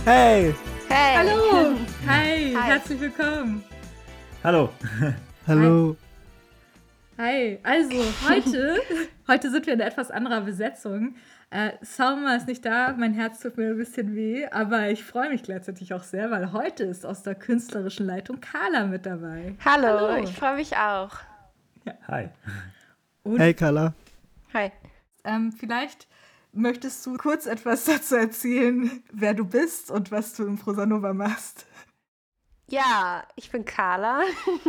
Hey! Hey! Hallo! Hi, Hi. herzlich willkommen. Hallo. Hallo! Hi, also heute sind wir in etwas anderer Besetzung. Salma ist nicht da, mein Herz tut mir ein bisschen weh, aber ich freue mich gleichzeitig auch sehr, weil heute ist aus der künstlerischen Leitung Carla mit dabei. Hallo, ich freue mich auch. Hi. Und Hey, Carla. Hi. vielleicht möchtest du kurz etwas dazu erzählen, wer du bist und was du im Prosanova machst. Ja, ich bin Carla.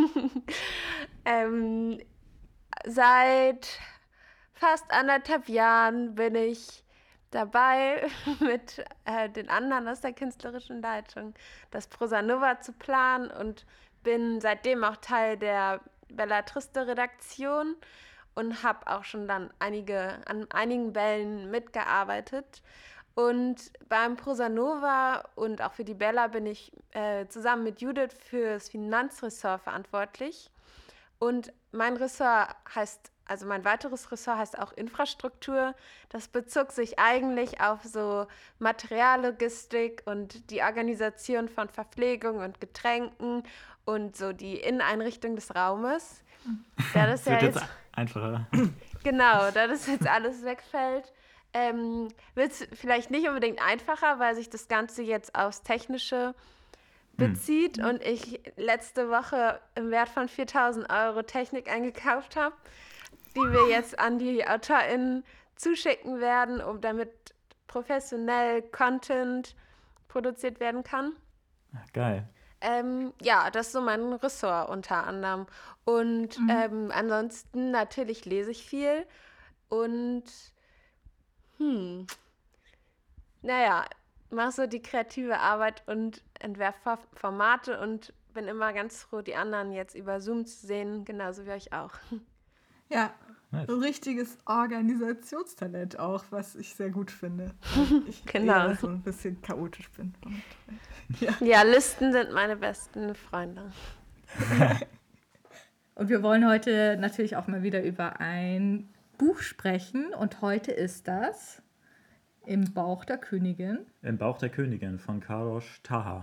Seit fast 1,5 Jahren bin ich dabei, mit den anderen aus der künstlerischen Leitung das Prosanova zu planen und bin seitdem auch Teil der Bellatriste-Redaktion und habe auch schon dann an einigen Bällen mitgearbeitet. Und beim Prosanova und auch für die Bella bin ich zusammen mit Judith für das Finanzressort verantwortlich. Und mein weiteres Ressort heißt auch Infrastruktur. Das bezog sich eigentlich auf so Materiallogistik und die Organisation von Verpflegung und Getränken und so die Inneneinrichtung des Raumes. Da das Das wird jetzt einfacher. Genau, da das jetzt alles wegfällt, wird es vielleicht nicht unbedingt einfacher, weil sich das Ganze jetzt aufs Technische bezieht und ich letzte Woche im Wert von 4.000 € Technik eingekauft habe, die wir jetzt an die AutorInnen zuschicken werden, damit professionell Content produziert werden kann. Geil. Ja, das ist so mein Ressort unter anderem. Und ansonsten natürlich lese ich viel und mache so die kreative Arbeit und entwerfe Formate und bin immer ganz froh, die anderen jetzt über Zoom zu sehen, genauso wie euch auch. Ja, Nice. ein richtiges Organisationstalent auch, was ich sehr gut finde. Weil ich Genau. eher so ein bisschen chaotisch bin. Und, Ja, Listen sind meine besten Freunde. Und wir wollen heute natürlich auch mal wieder über ein Buch sprechen. Und heute ist das Im Bauch der Königin. Im Bauch der Königin von Karosh Taha.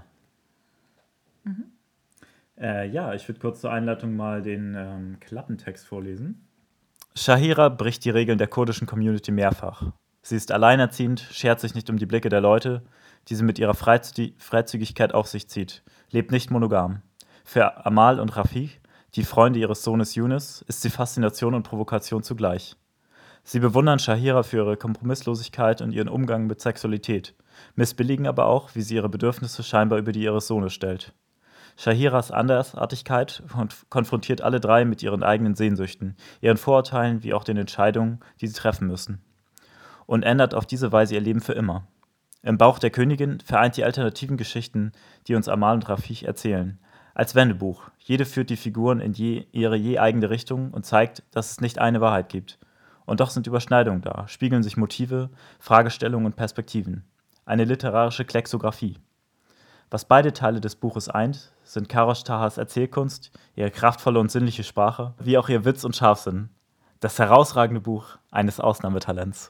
Ja, ich würde kurz zur Einleitung mal den Klappentext vorlesen. Shahira bricht die Regeln der kurdischen Community mehrfach. Sie ist alleinerziehend, schert sich nicht um die Blicke der Leute, die sie mit ihrer Freizügigkeit auf sich zieht, lebt nicht monogam. Für Amal und Rafiq, die Freunde ihres Sohnes Yunus, ist sie Faszination und Provokation zugleich. Sie bewundern Shahira für ihre Kompromisslosigkeit und ihren Umgang mit Sexualität, missbilligen aber auch, wie sie ihre Bedürfnisse scheinbar über die ihres Sohnes stellt. Shahiras Andersartigkeit konfrontiert alle drei mit ihren eigenen Sehnsüchten, ihren Vorurteilen wie auch den Entscheidungen, die sie treffen müssen. Und ändert auf diese Weise ihr Leben für immer. Im Bauch der Königin vereint die alternativen Geschichten, die uns Amal und Rafiq erzählen, als Wendebuch. Jede führt die Figuren in ihre je eigene Richtung und zeigt, dass es nicht eine Wahrheit gibt. Und doch sind Überschneidungen da, spiegeln sich Motive, Fragestellungen und Perspektiven. Eine literarische Klexographie. Was beide Teile des Buches eint, sind Karosh Tahas Erzählkunst, ihre kraftvolle und sinnliche Sprache, wie auch ihr Witz und Scharfsinn. Das herausragende Buch eines Ausnahmetalents.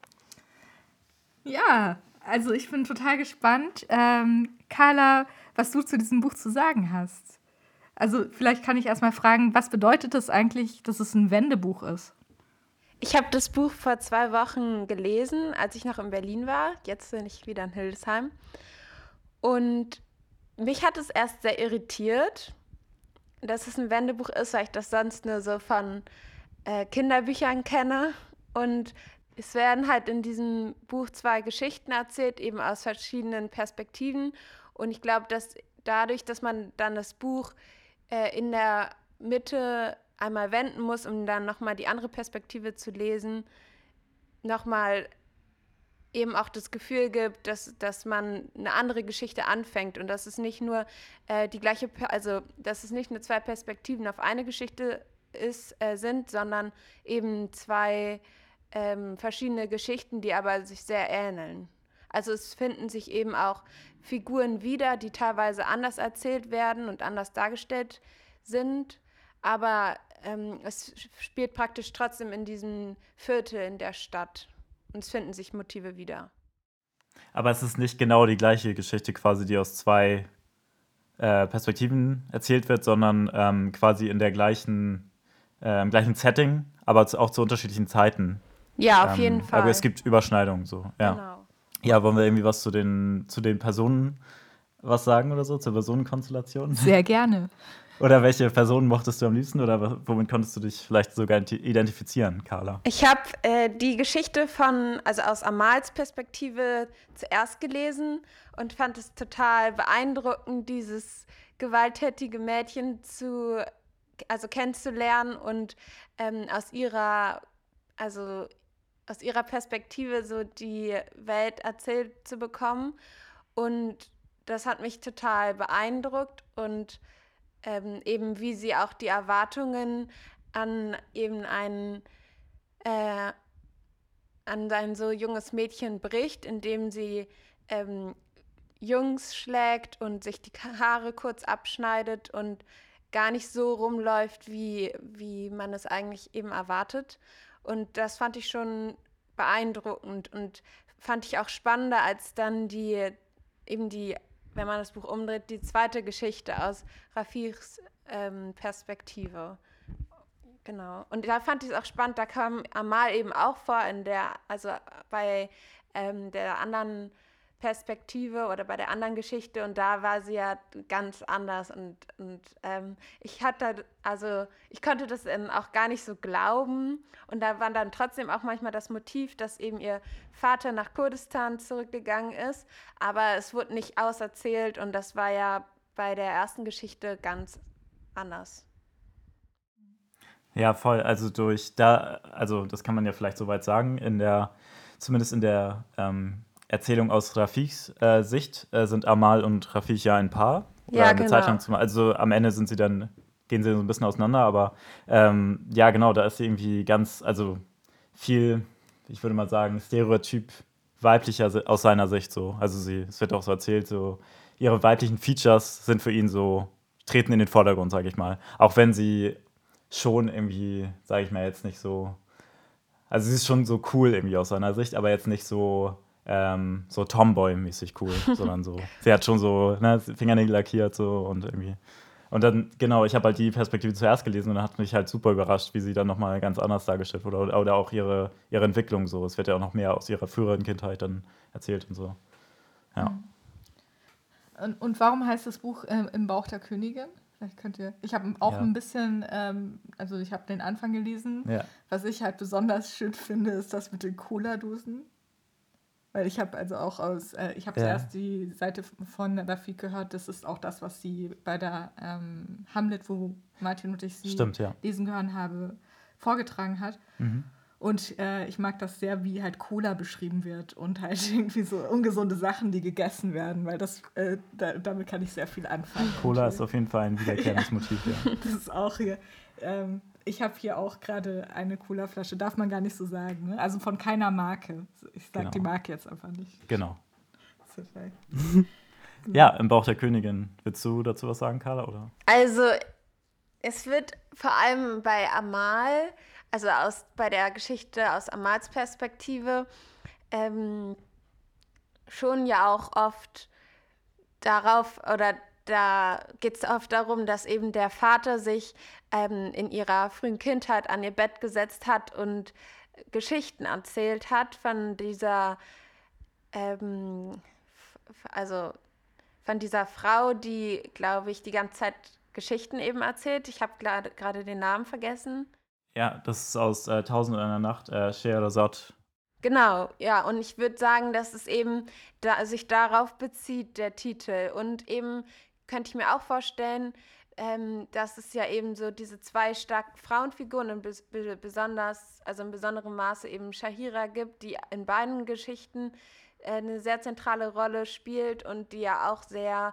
Ja, also ich bin total gespannt, Carla, was du zu diesem Buch zu sagen hast. Also vielleicht kann ich erstmal fragen, was bedeutet es eigentlich, dass es ein Wendebuch ist? Ich habe das Buch vor 2 Wochen gelesen, als ich noch in Berlin war. Jetzt bin ich wieder in Hildesheim. Und mich hat es erst sehr irritiert, dass es ein Wendebuch ist, weil ich das sonst nur so von Kinderbüchern kenne. Und es werden halt in diesem Buch 2 Geschichten erzählt, eben aus verschiedenen Perspektiven. Und ich glaube, dass dadurch, dass man dann das Buch in der Mitte einmal wenden muss, um dann nochmal die andere Perspektive zu lesen, nochmal eben auch das Gefühl gibt, dass man eine andere Geschichte anfängt und dass es nicht nur dass es nicht nur 2 Perspektiven auf eine Geschichte sind, sondern eben 2 verschiedene Geschichten, die aber sich sehr ähneln. Also es finden sich eben auch Figuren wieder, die teilweise anders erzählt werden und anders dargestellt sind, aber es spielt praktisch trotzdem in diesem Viertel in der Stadt und es finden sich Motive wieder. Aber es ist nicht genau die gleiche Geschichte quasi, die aus zwei Perspektiven erzählt wird, sondern quasi in der gleichen, im gleichen Setting, aber auch zu unterschiedlichen Zeiten. Ja, auf jeden Aber Fall. es gibt Überschneidungen so, ja. Genau. Ja, wollen wir irgendwie was zu den Personen was sagen oder so, zur Personenkonstellation? Sehr gerne. Oder welche Personen mochtest du am liebsten oder womit konntest du dich vielleicht sogar identifizieren, Carla? Ich habe die Geschichte also aus Amals Perspektive zuerst gelesen und fand es total beeindruckend, dieses gewalttätige Mädchen kennenzulernen und aus ihrer Perspektive so die Welt erzählt zu bekommen. Und das hat mich total beeindruckt und eben wie sie auch die Erwartungen an eben an ein so junges Mädchen bricht, indem sie Jungs schlägt und sich die Haare kurz abschneidet und gar nicht so rumläuft, wie man es eigentlich eben erwartet. Und das fand ich schon beeindruckend und fand ich auch spannender als dann wenn man das Buch umdreht, die zweite Geschichte aus Rafiqs Perspektive. Genau. Und da fand ich es auch spannend, da kam Amal eben auch vor bei der anderen Perspektive oder bei der anderen Geschichte und da war sie ja ganz anders und ich konnte das auch gar nicht so glauben und da war dann trotzdem auch manchmal das Motiv, dass eben ihr Vater nach Kurdistan zurückgegangen ist, aber es wurde nicht auserzählt und das war ja bei der ersten Geschichte ganz anders. Ja, voll. Also das kann man ja vielleicht soweit sagen, zumindest in der Erzählung aus Rafiqs Sicht sind Amal und Rafiq ja ein Paar. Oder Ja, eine Zeit lang genau. also am Ende gehen sie so ein bisschen auseinander, aber ja, genau, da ist sie irgendwie also viel, ich würde mal sagen, Stereotyp weiblicher aus seiner Sicht so. Also es wird auch so erzählt, so ihre weiblichen Features sind für ihn so, treten in den Vordergrund, sage ich mal. Auch wenn sie schon irgendwie, sage ich mal, jetzt nicht so. Also sie ist schon so cool irgendwie aus seiner Sicht, aber jetzt nicht so Tomboy-mäßig cool, sondern so. Sie hat schon so Fingernägel lackiert so und irgendwie. Und dann, genau, ich habe halt die Perspektive zuerst gelesen und dann hat mich halt super überrascht, wie sie dann nochmal ganz anders dargestellt wurde. Oder auch ihre Entwicklung so. Es wird ja auch noch mehr aus ihrer früheren Kindheit dann erzählt und so. Ja. Und warum heißt das Buch Im Bauch der Königin? Ich habe auch ein bisschen, ich habe den Anfang gelesen. Ja. Was ich halt besonders schön finde, ist das mit den Cola-Dosen. Weil ich habe zuerst die Seite von Rafiq gehört, das ist auch das, was sie bei der Hamlet, wo Martin und ich sie lesen gehört habe, vorgetragen hat. Mhm. Und ich mag das sehr, wie halt Cola beschrieben wird und halt irgendwie so ungesunde Sachen, die gegessen werden, weil damit kann ich sehr viel anfangen. Cola ist auf jeden Fall ein wiederkehrendes Motiv, ja. Das ist auch hier. Ich habe hier auch gerade eine Cola-Flasche, darf man gar nicht so sagen, ne? Also von keiner Marke. Ich sage die Marke jetzt einfach nicht. Genau. Ja, Im Bauch der Königin. Willst du dazu was sagen, Carla? Oder? Also, es wird vor allem bei Amal, bei der Geschichte aus Amals Perspektive, schon ja auch oft da geht es oft darum, dass eben der Vater sich in ihrer frühen Kindheit an ihr Bett gesetzt hat und Geschichten erzählt hat von dieser Frau, die, glaube ich, die ganze Zeit Geschichten eben erzählt. Ich habe gerade den Namen vergessen. Ja, das ist aus 1000 und einer Nacht, Scheherazade. Genau, ja, und ich würde sagen, dass es eben sich darauf bezieht, der Titel. Und eben könnte ich mir auch vorstellen, dass es ja eben so diese zwei starken Frauenfiguren und in besonderem Maße eben Shahira gibt, die in beiden Geschichten eine sehr zentrale Rolle spielt und die ja auch sehr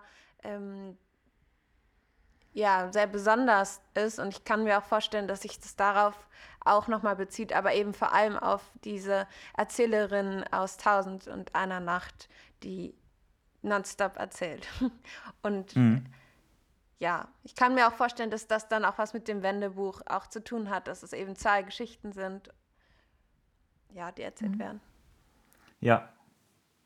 sehr besonders ist. Und ich kann mir auch vorstellen, dass sich das darauf auch nochmal bezieht, aber eben vor allem auf diese Erzählerin aus 1000 und einer Nacht, die nonstop erzählt. Und ja, ich kann mir auch vorstellen, dass das dann auch was mit dem Wendebuch auch zu tun hat, dass es eben zwei Geschichten sind, ja, die erzählt werden. Ja.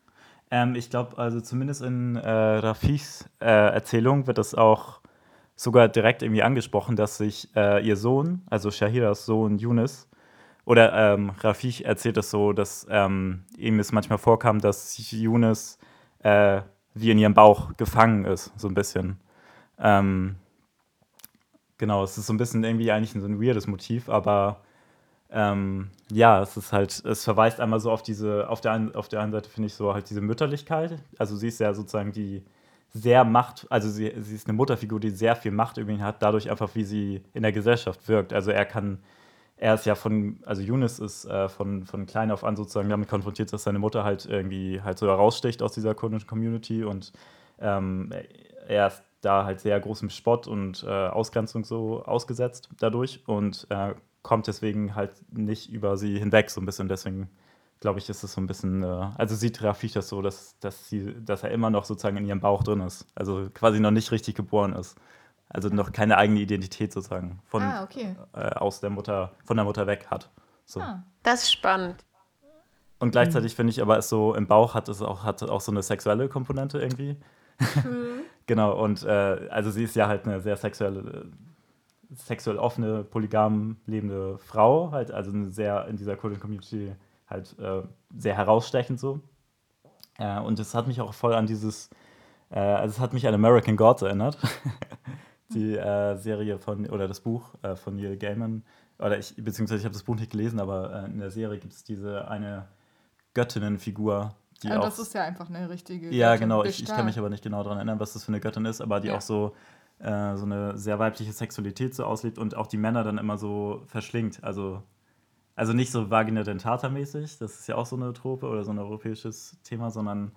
Ich glaube, also zumindest in Rafiks Erzählung wird das auch sogar direkt irgendwie angesprochen, dass sich ihr Sohn, also Shahiras Sohn Yunus, oder Rafik erzählt es so, dass ihm es manchmal vorkam, dass Yunus wie in ihrem Bauch gefangen ist, so ein bisschen. Ähm, genau, es ist so ein bisschen irgendwie eigentlich so ein weirdes Motiv, aber ja, es ist halt, es verweist einmal so auf auf der einen Seite finde ich so halt diese Mütterlichkeit. Also sie ist ja sozusagen die sehr also sie ist eine Mutterfigur, die sehr viel Macht über ihn hat, dadurch einfach, wie sie in der Gesellschaft wirkt. Also er ist ja also Yunus ist von klein auf an sozusagen damit konfrontiert, dass seine Mutter halt irgendwie halt so heraussticht aus dieser kurdischen Community und ähm, er ist da halt sehr großem Spott und Ausgrenzung so ausgesetzt dadurch und kommt deswegen halt nicht über sie hinweg so ein bisschen. Deswegen glaube ich, ist es so ein bisschen, also sieht Rafik das so, dass er immer noch sozusagen in ihrem Bauch drin ist. Also quasi noch nicht richtig geboren ist. Also noch keine eigene Identität sozusagen Okay. von der Mutter weg hat. So. Das ist spannend. Und gleichzeitig finde ich aber, es so im Bauch hat auch so eine sexuelle Komponente irgendwie. Genau, und also sie ist ja halt eine sehr sexuell offene, polygam lebende Frau, halt, also eine sehr in dieser kurdischen Community halt sehr herausstechend so. Und es hat mich auch voll an also es hat mich an American Gods erinnert. Die Serie oder das Buch von Neil Gaiman. Beziehungsweise ich habe das Buch nicht gelesen, aber in der Serie gibt es diese eine Göttinnenfigur, die auch. Das ist ja einfach eine richtige Ja, Göttin. genau. Ich kann mich aber nicht genau daran erinnern, was das für eine Göttin ist, aber die auch so eine sehr weibliche Sexualität so auslebt und auch die Männer dann immer so verschlingt. Also nicht so Vagina dentata-mäßig, das ist ja auch so eine Trope oder so ein europäisches Thema, sondern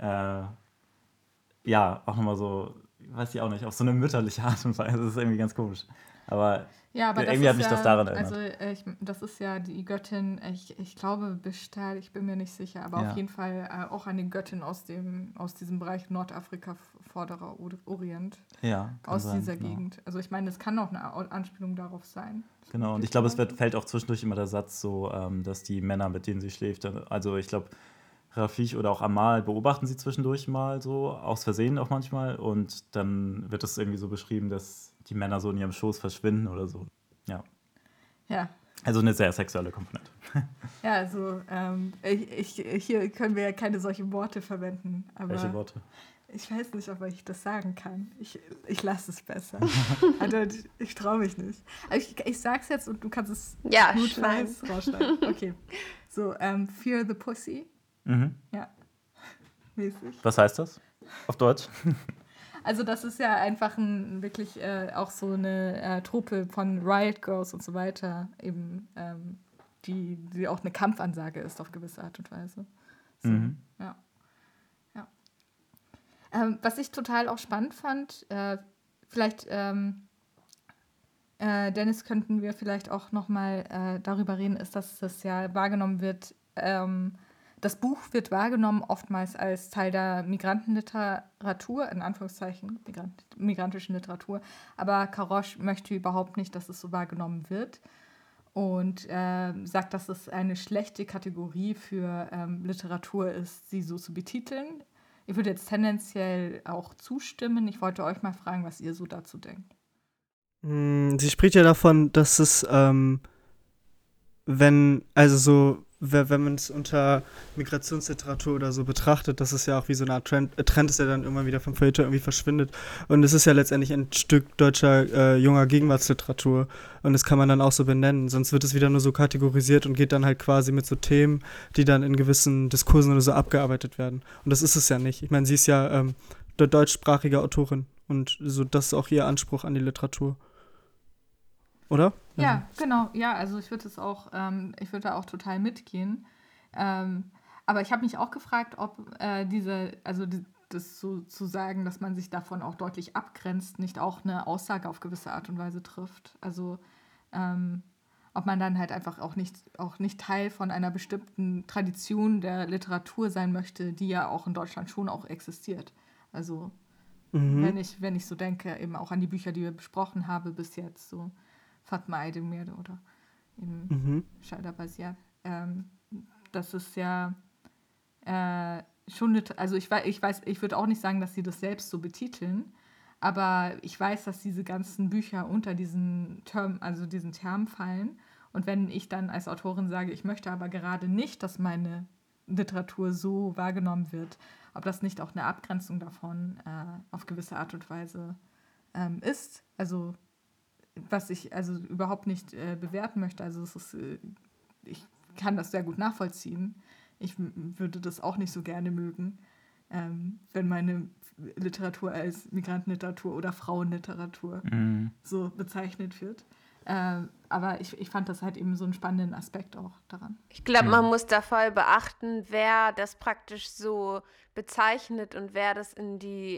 ja, auch nochmal so, weiß ich auch nicht, auf so eine mütterliche Art und Weise. Das ist irgendwie ganz komisch. Aber irgendwie hat mich das daran erinnert. Also das ist ja die Göttin, ich glaube Bishtar, ich bin mir nicht sicher, aber auf jeden Fall auch eine Göttin aus diesem Bereich Nordafrika, Vorderer Orient. Ja, aus dieser Gegend. Also ich meine, das kann auch eine Anspielung darauf sein. Genau, und ich glaube, fällt auch zwischendurch immer der Satz so, dass die Männer, mit denen sie schläft, also ich glaube, Rafik oder auch Amal beobachten sie zwischendurch mal so, aus Versehen auch manchmal. Und dann wird es irgendwie so beschrieben, dass die Männer so in ihrem Schoß verschwinden oder so. Ja. Ja. Also eine sehr sexuelle Komponente. Ja, also hier können wir ja keine solchen Worte verwenden. Aber welche Worte? Ich weiß nicht, ob ich das sagen kann. Ich lasse es besser. Also ich traue mich nicht. Ich sag's jetzt und du kannst es notfalls rausschneiden. Okay. So, Fear the Pussy. Mhm. Ja. Mäßig. Was heißt das auf Deutsch? Also das ist ja einfach wirklich auch so eine Truppe von Riot Girls und so weiter, eben die auch eine Kampfansage ist auf gewisse Art und Weise. So, ja. Was ich total auch spannend fand, vielleicht, Dennis, könnten wir vielleicht auch nochmal darüber reden, ist, dass das ja wahrgenommen wird, das Buch wird wahrgenommen oftmals als Teil der Migrantenliteratur, in Anführungszeichen, migrantischen Literatur, aber Karosh möchte überhaupt nicht, dass es so wahrgenommen wird und sagt, dass es eine schlechte Kategorie für Literatur ist, sie so zu betiteln. Ich würde jetzt tendenziell auch zustimmen. Ich wollte euch mal fragen, was ihr so dazu denkt. Sie spricht ja davon, dass es, wenn man es unter Migrationsliteratur oder so betrachtet, dass es ja auch wie so eine Art Trend ist, der dann irgendwann wieder vom Feuilleton irgendwie verschwindet. Und es ist ja letztendlich ein Stück deutscher junger Gegenwartsliteratur. Und das kann man dann auch so benennen. Sonst wird es wieder nur so kategorisiert und geht dann halt quasi mit so Themen, die dann in gewissen Diskursen oder so abgearbeitet werden. Und das ist es ja nicht. Ich meine, sie ist ja deutschsprachige Autorin. Und so, das ist auch ihr Anspruch an die Literatur. Oder? Ja, genau. Ja, also ich würde da auch total mitgehen. Aber ich habe mich auch gefragt, ob das so zu sagen, dass man sich davon auch deutlich abgrenzt, nicht auch eine Aussage auf gewisse Art und Weise trifft. Also ob man dann halt einfach auch nicht Teil von einer bestimmten Tradition der Literatur sein möchte, die ja auch in Deutschland schon auch existiert. Also wenn ich so denke, eben auch an die Bücher, die wir besprochen haben bis jetzt, so Fatma Aydemir oder eben Shalda Basiat. Das ist ja schon, also ich weiß, ich würde auch nicht sagen, dass sie das selbst so betiteln, aber ich weiß, dass diese ganzen Bücher unter diesen Term fallen. Und wenn ich dann als Autorin sage, ich möchte aber gerade nicht, dass meine Literatur so wahrgenommen wird, ob das nicht auch eine Abgrenzung davon auf gewisse Art und Weise ist, also was ich also überhaupt nicht bewerten möchte. Also ich kann das sehr gut nachvollziehen. Ich würde das auch nicht so gerne mögen, wenn meine Literatur als Migrantenliteratur oder Frauenliteratur so bezeichnet wird. Aber ich fand das halt eben so einen spannenden Aspekt auch daran. Ich glaube, man muss da voll beachten, wer das praktisch so bezeichnet und wer das in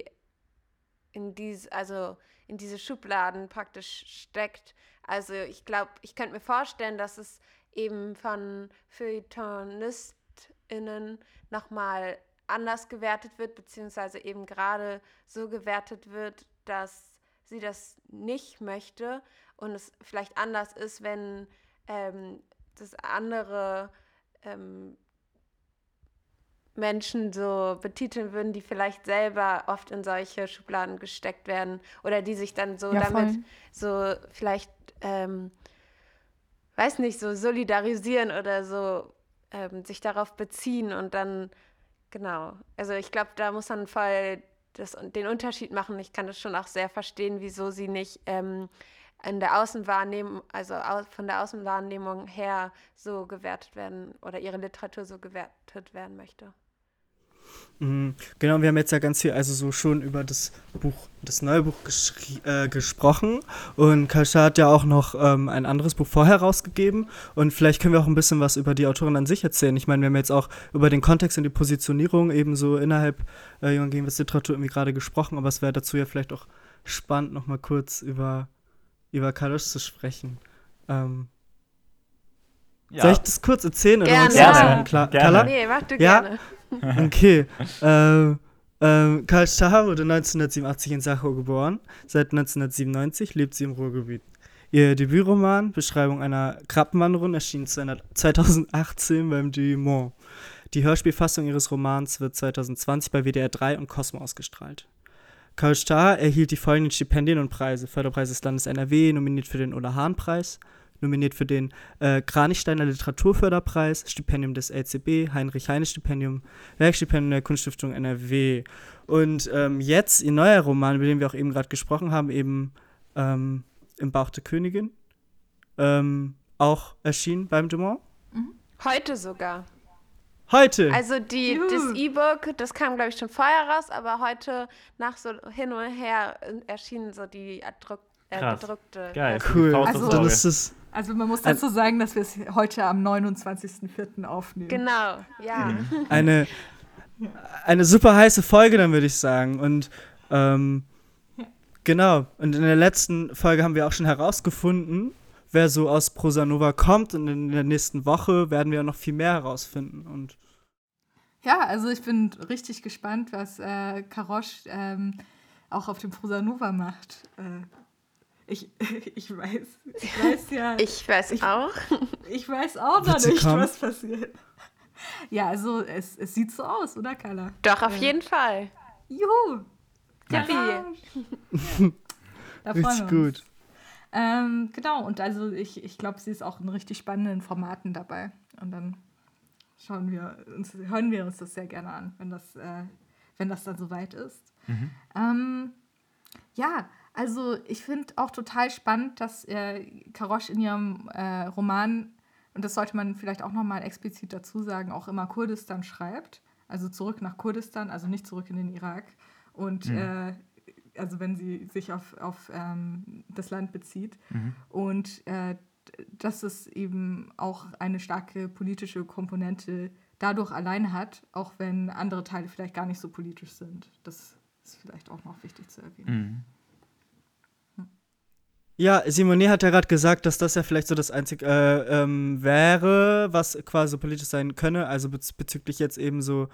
diese Schubladen praktisch steckt. Also ich glaube, ich könnte mir vorstellen, dass es eben von FeuilletonistInnen nochmal anders gewertet wird, beziehungsweise eben gerade so gewertet wird, dass sie das nicht möchte und es vielleicht anders ist, wenn das andere Menschen so betiteln würden, die vielleicht selber oft in solche Schubladen gesteckt werden oder die sich dann so damit so vielleicht, weiß nicht, so solidarisieren oder so sich darauf beziehen und dann, genau. Also ich glaube, da muss man voll den Unterschied machen. Ich kann das schon auch sehr verstehen, wieso sie nicht in der Außenwahrnehmung, also von der Außenwahrnehmung her so gewertet werden oder ihre Literatur so gewertet werden möchte. Genau, wir haben jetzt ja ganz viel also so schon über das neue Buch gesprochen und Kalscha hat ja auch noch ein anderes Buch vorher rausgegeben und vielleicht können wir auch ein bisschen was über die Autorin an sich erzählen. Ich meine, wir haben jetzt auch über den Kontext und die Positionierung eben so innerhalb Junger Gegenwarts Literatur irgendwie gerade gesprochen, aber es wäre dazu ja vielleicht auch spannend, noch mal kurz über Kalosch zu sprechen. Soll ich das kurz erzählen? Gerne. Oder Gerne. Nee, mach du Ja? gerne. Okay. Kalscha wurde 1987 in Sachau geboren. Seit 1997 lebt sie im Ruhrgebiet. Ihr Debütroman, Beschreibung einer Krabbenwanderung, erschien 2018 beim Du Monde. Die Hörspielfassung ihres Romans wird 2020 bei WDR 3 und Cosmo ausgestrahlt. Kalscha erhielt die folgenden Stipendien und Preise. Förderpreis des Landes NRW, nominiert für den Ulla-Hahn-Preis, nominiert für den Kranichsteiner Literaturförderpreis, Stipendium des LCB, Heinrich-Heine-Stipendium, Werkstipendium der Kunststiftung NRW. Und jetzt ihr neuer Roman, über den wir auch eben gerade gesprochen haben, eben Im Bauch der Königin, auch erschienen beim Du Monde. Heute sogar. Heute! Also das E-Book, das kam, glaube ich, schon vorher raus, aber heute nach so hin und her erschienen so die gedruckte. Geil. Cool. Also, Dann ist es Also man muss dazu sagen, dass wir es heute am 29.04. aufnehmen. Genau, ja. eine super heiße Folge, dann würde ich sagen. Und genau, und in der letzten Folge haben wir auch schon herausgefunden, wer so aus Prosa Nova kommt. Und in der nächsten Woche werden wir noch viel mehr herausfinden. Und Ja, also ich bin richtig gespannt, was Kalosch auch auf dem Prosa Nova macht. Ich weiß ja. Ich weiß auch. Ich weiß auch noch nicht, was passiert. Ja, also es sieht so aus, oder Carla? Doch, auf jeden Fall. Juhu! Yippie. Da freuen richtig wir uns. gut. Genau, und also ich glaube, sie ist auch in richtig spannenden Formaten dabei. Und dann hören wir uns das sehr gerne an, wenn das dann soweit ist. Ja, also ich finde auch total spannend, dass Kalosch in ihrem Roman, und das sollte man vielleicht auch nochmal explizit dazu sagen, auch immer Kurdistan schreibt. Also zurück nach Kurdistan, also nicht zurück in den Irak. Und also wenn sie sich auf das Land bezieht. Und dass es eben auch eine starke politische Komponente dadurch alleine hat, auch wenn andere Teile vielleicht gar nicht so politisch sind. Das ist vielleicht auch noch wichtig zu erwähnen. Ja, Simone hat ja gerade gesagt, dass das ja vielleicht so das Einzige wäre, was quasi politisch sein könne, also bezüglich jetzt eben so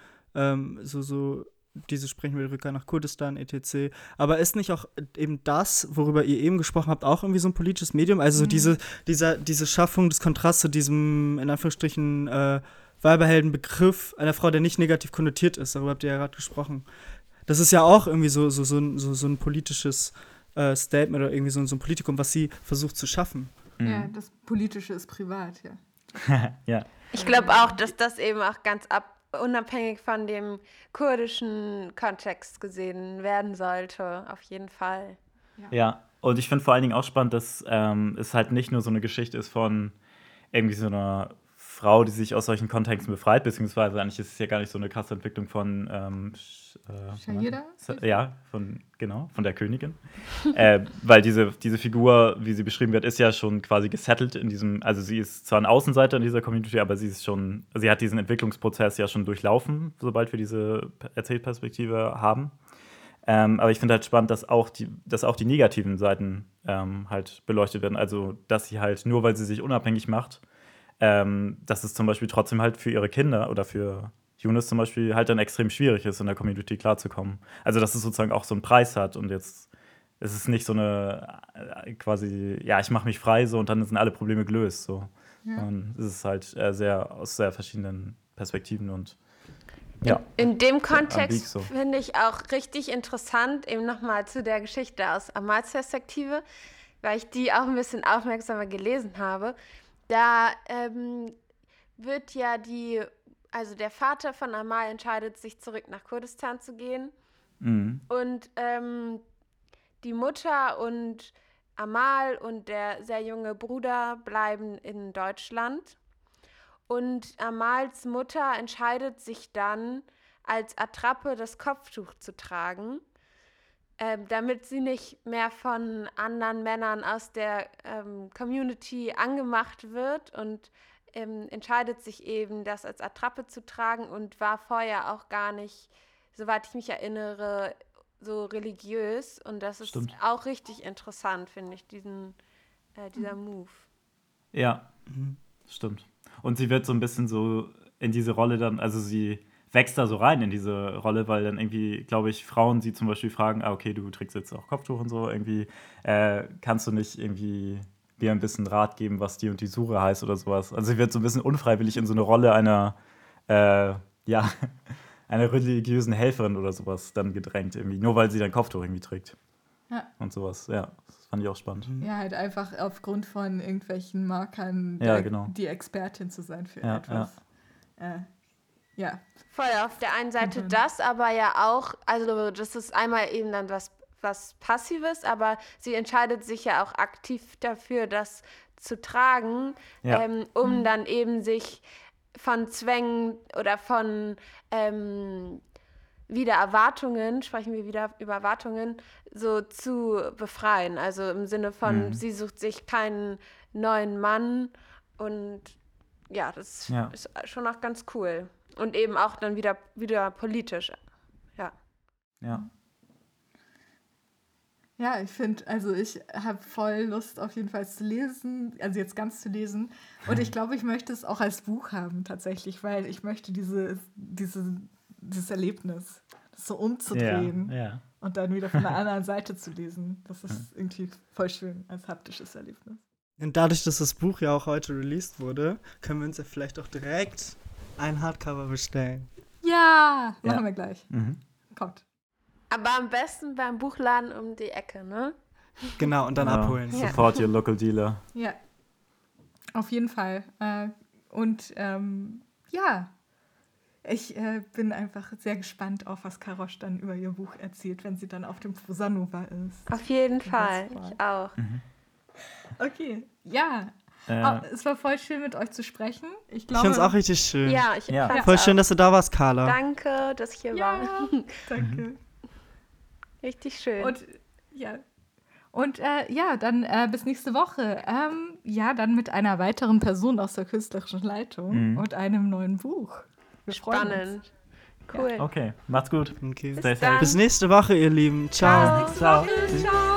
diese sprechen wir Rückkehr nach Kurdistan, etc. Aber ist nicht auch eben das, worüber ihr eben gesprochen habt, auch irgendwie so ein politisches Medium? Also diese Schaffung des Kontrasts zu diesem, in Anführungsstrichen, Weiberheldenbegriff einer Frau, der nicht negativ konnotiert ist. Darüber habt ihr ja gerade gesprochen. Das ist ja auch irgendwie so ein politisches Statement oder irgendwie so ein Politikum, was sie versucht zu schaffen. Ja, das Politische ist privat, ja. Ja. Ich glaube auch, dass das eben auch ganz unabhängig von dem kurdischen Kontext gesehen werden sollte, auf jeden Fall. Ja, und ich finde vor allen Dingen auch spannend, dass es halt nicht nur so eine Geschichte ist von irgendwie so einer Frau, die sich aus solchen Kontexten befreit, beziehungsweise eigentlich ist es ja gar nicht so eine krasse Entwicklung von Shahira? Ja, von der Königin. Weil diese Figur, wie sie beschrieben wird, ist ja schon quasi gesettelt in diesem, also sie ist zwar ein Außenseiter in dieser Community, aber sie hat diesen Entwicklungsprozess ja schon durchlaufen, sobald wir diese Erzählperspektive haben. Aber ich finde halt spannend, dass auch die negativen Seiten halt beleuchtet werden. Also, dass sie halt, nur weil sie sich unabhängig macht, dass es zum Beispiel trotzdem halt für ihre Kinder oder für Yunus zum Beispiel halt dann extrem schwierig ist, in der Community klarzukommen. Also, dass es sozusagen auch so einen Preis hat und jetzt ist es nicht so eine quasi, ja, ich mache mich frei so und dann sind alle Probleme gelöst. So. Ja. Und es ist halt aus sehr verschiedenen Perspektiven und ja. In dem Kontext so. finde ich auch richtig interessant, eben nochmal zu der Geschichte aus Amals Perspektive, weil ich die auch ein bisschen aufmerksamer gelesen habe. Da wird ja also der Vater von Amal entscheidet sich, zurück nach Kurdistan zu gehen. Mhm. Und die Mutter und Amal und der sehr junge Bruder bleiben in Deutschland. Und Amals Mutter entscheidet sich dann, als Attrappe das Kopftuch zu tragen, damit sie nicht mehr von anderen Männern aus der Community angemacht wird und entscheidet sich eben, das als Attrappe zu tragen und war vorher auch gar nicht, soweit ich mich erinnere, so religiös. Und das ist Stimmt. auch richtig interessant, finde ich, dieser Move. Ja, stimmt. Und sie wird so ein bisschen so in diese Rolle dann, also sie wächst da so rein in diese Rolle, weil dann irgendwie, glaube ich, Frauen sie zum Beispiel fragen, okay, du trägst jetzt auch Kopftuch und so, irgendwie kannst du nicht irgendwie dir ein bisschen Rat geben, was die und die Sure heißt oder sowas. Also sie wird so ein bisschen unfreiwillig in so eine Rolle einer religiösen Helferin oder sowas dann gedrängt, irgendwie, nur weil sie dann Kopftuch irgendwie trägt. Ja. Und sowas, ja, das fand ich auch spannend. Ja, halt einfach aufgrund von irgendwelchen Markern genau. die Expertin zu sein für Ja, etwas. Ja. Voll, auf der einen Seite das, aber ja auch, also das ist einmal eben dann was Passives, aber sie entscheidet sich ja auch aktiv dafür, das zu tragen, um dann eben sich von Zwängen oder von wieder Erwartungen, sprechen wir wieder über Erwartungen, so zu befreien. Also im Sinne von, sie sucht sich keinen neuen Mann und ja, das ist schon auch ganz cool. Und eben auch dann wieder politisch. Ja. Ja. Ja, ich finde, also ich habe voll Lust auf jeden Fall zu lesen, also jetzt ganz zu lesen. Und ich glaube, ich möchte es auch als Buch haben tatsächlich, weil ich möchte dieses Erlebnis, das so umzudrehen und dann wieder von der anderen Seite zu lesen. Das ist irgendwie voll schön als haptisches Erlebnis. Und dadurch, dass das Buch ja auch heute released wurde, können wir uns ja vielleicht auch direkt ein Hardcover bestellen. Ja, machen wir gleich. Kommt. Aber am besten beim Buchladen um die Ecke, ne? Genau, und dann abholen. Ja. Support your local dealer. Ja, auf jeden Fall. Ich bin einfach sehr gespannt auf, was Karosh dann über ihr Buch erzählt, wenn sie dann auf dem Prosanova ist. Auf jeden Fall, ich auch. Okay, ja. Es war voll schön, mit euch zu sprechen. Ich Ich finde es auch richtig schön. Ja, ich fand's Voll auch. schön, dass du da warst, Carla. Danke, dass ich hier war. Danke. Richtig schön. Und dann bis nächste Woche. Dann mit einer weiteren Person aus der künstlerischen Leitung und einem neuen Buch. Wir freuen uns. Spannend. Cool. Okay, macht's gut. Okay. Bis dann. Bis nächste Woche, ihr Lieben. Ciao. Bis nächste Woche. Ciao.